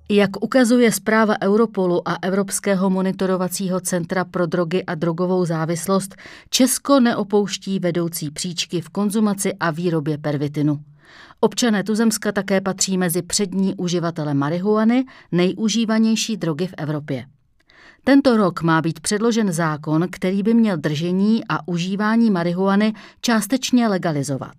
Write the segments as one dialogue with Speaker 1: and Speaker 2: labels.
Speaker 1: Jak ukazuje zpráva Europolu a Evropského monitorovacího centra pro drogy a drogovou závislost, Česko neopouští vedoucí příčky v konzumaci a výrobě pervitinu. Občané tuzemska také patří mezi přední uživatele marihuany, nejužívanější drogy v Evropě. Tento rok má být předložen zákon, který by měl držení a užívání marihuany částečně legalizovat.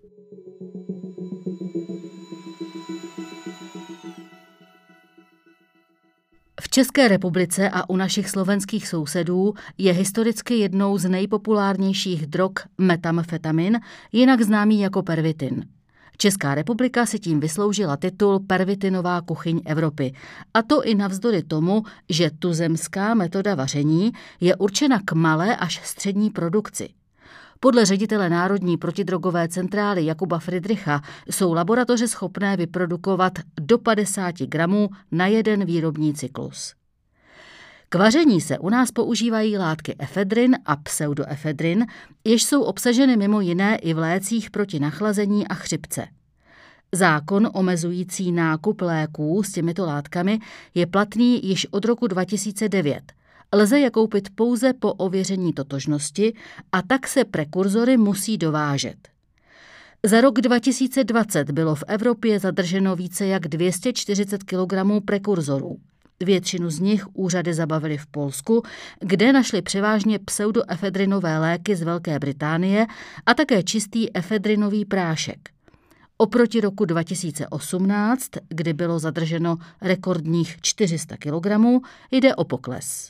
Speaker 1: V České republice a u našich slovenských sousedů je historicky jednou z nejpopulárnějších drog metamfetamin, jinak známý jako pervitin. Česká republika si tím vysloužila titul Pervitinová kuchyň Evropy, a to i navzdory tomu, že tuzemská metoda vaření je určena k malé až střední produkci. Podle ředitele Národní protidrogové centrály Jakuba Fridricha jsou laboratoře schopné vyprodukovat do 50 gramů na jeden výrobní cyklus. K vaření se u nás používají látky efedrin a pseudoefedrin, jež jsou obsaženy mimo jiné i v lécích proti nachlazení a chřipce. Zákon omezující nákup léků s těmito látkami je platný již od roku 2009. Lze je koupit pouze po ověření totožnosti a tak se prekurzory musí dovážet. Za rok 2020 bylo v Evropě zadrženo více jak 240 kg prekurzorů. Většinu z nich úřady zabavily v Polsku, kde našli převážně pseudoefedrinové léky z Velké Británie a také čistý efedrinový prášek. Oproti roku 2018, kdy bylo zadrženo rekordních 400 kg, jde o pokles.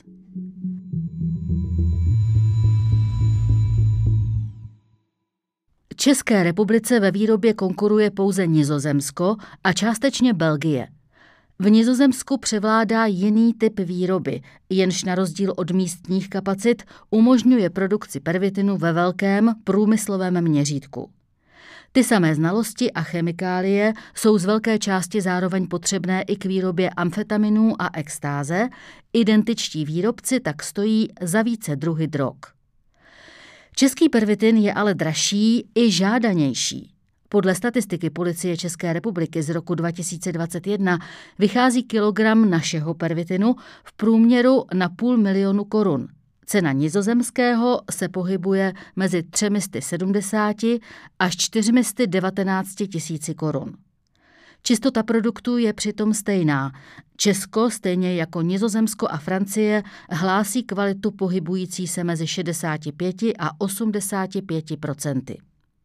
Speaker 1: České republice ve výrobě konkuruje pouze Nizozemsko a částečně Belgie. V Nizozemsku převládá jiný typ výroby, jenž na rozdíl od místních kapacit umožňuje produkci pervitinu ve velkém průmyslovém měřítku. Ty samé znalosti a chemikálie jsou z velké části zároveň potřebné i k výrobě amfetaminů a extáze, identičtí výrobci tak stojí za více druhy drog. Český pervitin je ale dražší i žádanější. Podle statistiky Policie České republiky z roku 2021 vychází kilogram našeho pervitinu v průměru na 500 000 korun. Cena nizozemského se pohybuje mezi 370 až 419 tisíci korun. Čistota produktů je přitom stejná. Česko, stejně jako Nizozemsko a Francie, hlásí kvalitu pohybující se mezi 65 a 85%.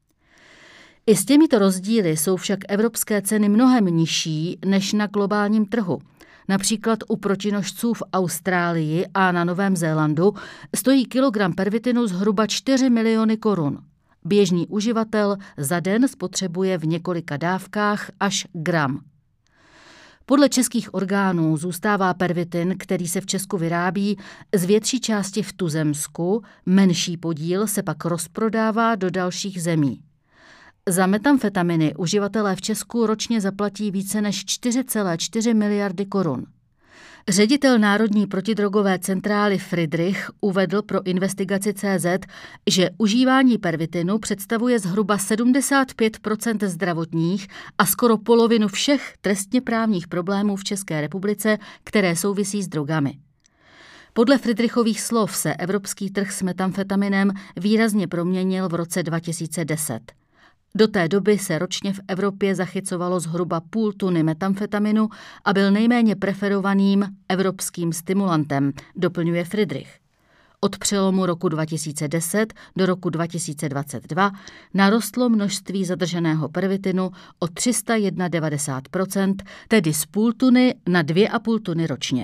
Speaker 1: I s těmito rozdíly jsou však evropské ceny mnohem nižší než na globálním trhu. Například u protinožců v Austrálii a na Novém Zélandu stojí kilogram pervitinu zhruba 4 miliony korun. Běžný uživatel za den spotřebuje v několika dávkách až gram. Podle českých orgánů zůstává pervitin, který se v Česku vyrábí, z větší části v tuzemsku, menší podíl se pak rozprodává do dalších zemí. Za metamfetaminy uživatelé v Česku ročně zaplatí více než 4,4 miliardy korun. Ředitel Národní protidrogové centrály Fridrich uvedl pro Investigaci.cz, že užívání pervitinu představuje zhruba 75% zdravotních a skoro polovinu všech trestněprávních problémů v České republice, které souvisí s drogami. Podle Fridrichových slov se evropský trh s metamfetaminem výrazně proměnil v roce 2010. Do té doby se ročně v Evropě zachycovalo zhruba 0,5 tuny metamfetaminu a byl nejméně preferovaným evropským stimulantem, doplňuje Fridrich. Od přelomu roku 2010 do roku 2022 narostlo množství zadrženého pervitinu o 391%, tedy z 0,5 tuny na 2,5 tuny ročně.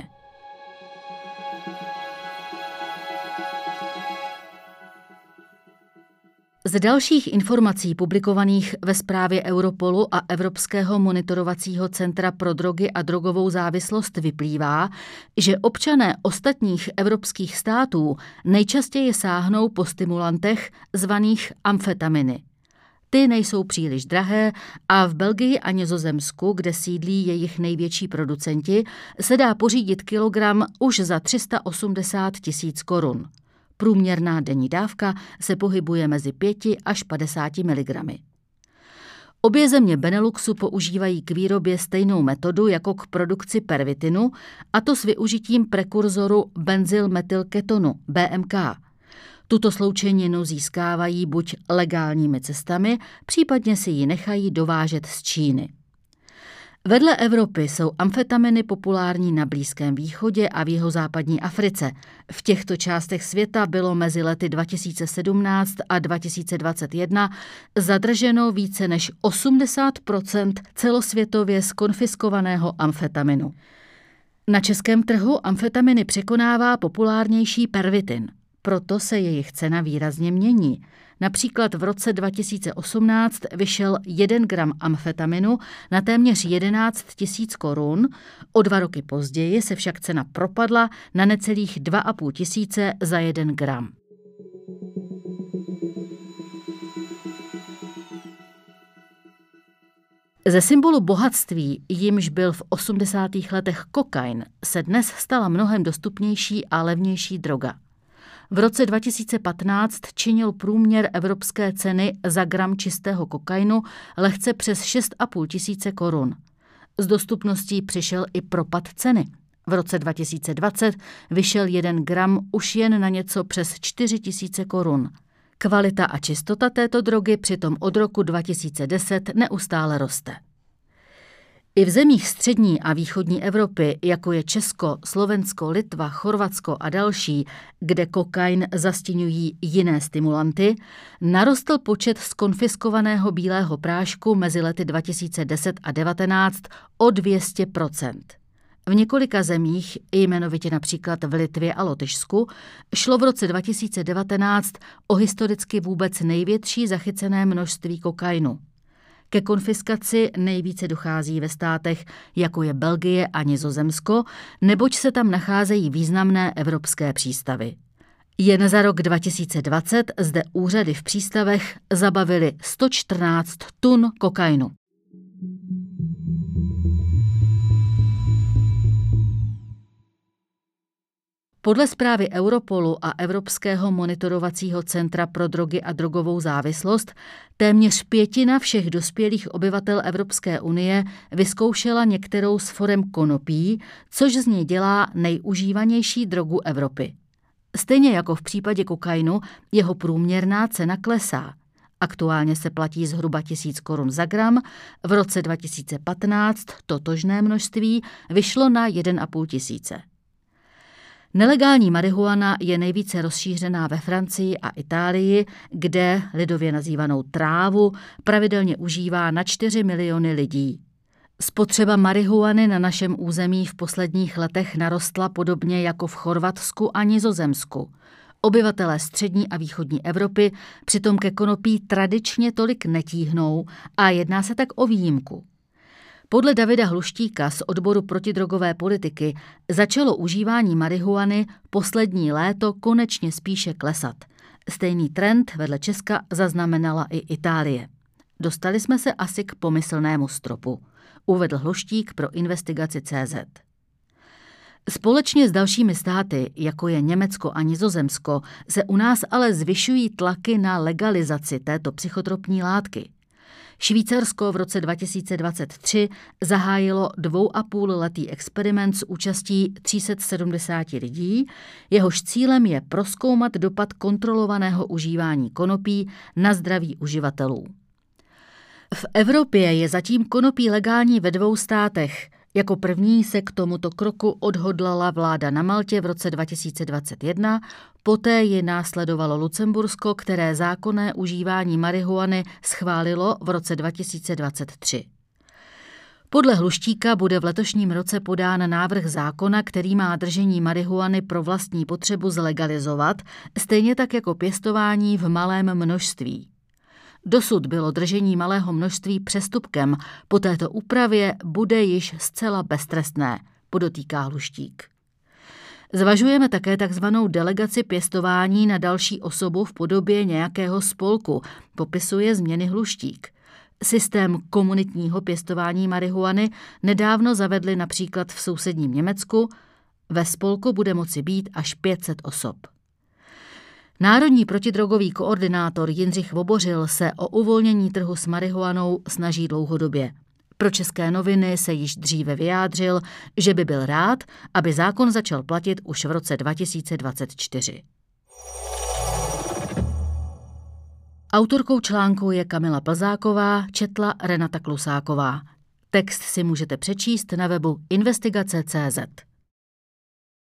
Speaker 1: Z dalších informací publikovaných ve zprávě Europolu a Evropského monitorovacího centra pro drogy a drogovou závislost vyplývá, že občané ostatních evropských států nejčastěji sáhnou po stimulantech zvaných amfetaminy. Ty nejsou příliš drahé a v Belgii a Nizozemsku, kde sídlí jejich největší producenti, se dá pořídit kilogram už za 380 tisíc korun. Průměrná denní dávka se pohybuje mezi 5 až 50 mg. Obě země Beneluxu používají k výrobě stejnou metodu jako k produkci pervitinu, a to s využitím prekurzoru benzylmetylketonu BMK. Tuto sloučeninu získávají buď legálními cestami, případně si ji nechají dovážet z Číny. Vedle Evropy jsou amfetaminy populární na Blízkém východě a v jihozápadní Africe. V těchto částech světa bylo mezi lety 2017 a 2021 zadrženo více než 80% celosvětově zkonfiskovaného amfetaminu. Na českém trhu amfetaminy překonává populárnější pervitin. Proto se jejich cena výrazně mění. Například v roce 2018 vyšel 1 gram amfetaminu na téměř 11 000 korun, o 2 roky později se však cena propadla na necelých 2 500 za 1 gram. Ze symbolu bohatství, jimž byl v 80. letech kokain, se dnes stala mnohem dostupnější a levnější droga. V roce 2015 činil průměr evropské ceny za gram čistého kokainu lehce přes 6 500 korun. S dostupností přišel i propad ceny. V roce 2020 vyšel 1 gram už jen na něco přes 4 000 korun. Kvalita a čistota této drogy přitom od roku 2010 neustále roste. I v zemích střední a východní Evropy, jako je Česko, Slovensko, Litva, Chorvatsko a další, kde kokain zastěňují jiné stimulanty, narostl počet zkonfiskovaného bílého prášku mezi lety 2010 a 2019 o 200%. V několika zemích, jmenovitě například v Litvě a Lotyšsku, šlo v roce 2019 o historicky vůbec největší zachycené množství kokainu. Ke konfiskaci nejvíce dochází ve státech, jako je Belgie a Nizozemsko, neboť se tam nacházejí významné evropské přístavy. Jen za rok 2020 zde úřady v přístavech zabavily 114 tun kokainu. Podle zprávy Europolu a Evropského monitorovacího centra pro drogy a drogovou závislost téměř 1/5 všech dospělých obyvatel Evropské unie vyzkoušela některou z forem konopí, což z něj dělá nejužívanější drogu Evropy. Stejně jako v případě kokainu, jeho průměrná cena klesá. Aktuálně se platí zhruba 1000 korun za gram, v roce 2015 totožné množství vyšlo na 1 500. Nelegální marihuana je nejvíce rozšířená ve Francii a Itálii, kde, lidově nazývanou trávu, pravidelně užívá na 4 miliony lidí. Spotřeba marihuany na našem území v posledních letech narostla podobně jako v Chorvatsku a Nizozemsku. Obyvatelé střední a východní Evropy přitom ke konopí tradičně tolik netíhnou a jedná se tak o výjimku. Podle Davida Hluštíka z odboru protidrogové politiky začalo užívání marihuany poslední léto konečně spíše klesat. Stejný trend vedle Česka zaznamenala i Itálie. Dostali jsme se asi k pomyslnému stropu, uvedl Hluštík pro Investigaci.cz. Společně s dalšími státy, jako je Německo a Nizozemsko, se u nás ale zvyšují tlaky na legalizaci této psychotropní látky. Švýcarsko v roce 2023 zahájilo 2,5letý experiment s účastí 370 lidí, jehož cílem je prozkoumat dopad kontrolovaného užívání konopí na zdraví uživatelů. V Evropě je zatím konopí legální ve 2 státech. Jako první se k tomuto kroku odhodlala vláda na Maltě v roce 2021, poté ji následovalo Lucembursko, které zákonné užívání marihuany schválilo v roce 2023. Podle Hluštíka bude v letošním roce podán návrh zákona, který má držení marihuany pro vlastní potřebu zlegalizovat, stejně tak jako pěstování v malém množství. Dosud bylo držení malého množství přestupkem, po této úpravě bude již zcela beztrestné, podotýká Hluštík. Zvažujeme také takzvanou delegaci pěstování na další osobu v podobě nějakého spolku, popisuje změny Hluštík. Systém komunitního pěstování marihuany nedávno zavedli například v sousedním Německu, ve spolku bude moci být až 500 osob. Národní protidrogový koordinátor Jindřich Vobořil se o uvolnění trhu s marihuanou snaží dlouhodobě. Pro České noviny se již dříve vyjádřil, že by byl rád, aby zákon začal platit už v roce 2024. Autorkou článku je Kamila Plzáková, četla Renata Klusáková. Text si můžete přečíst na webu investigace.cz.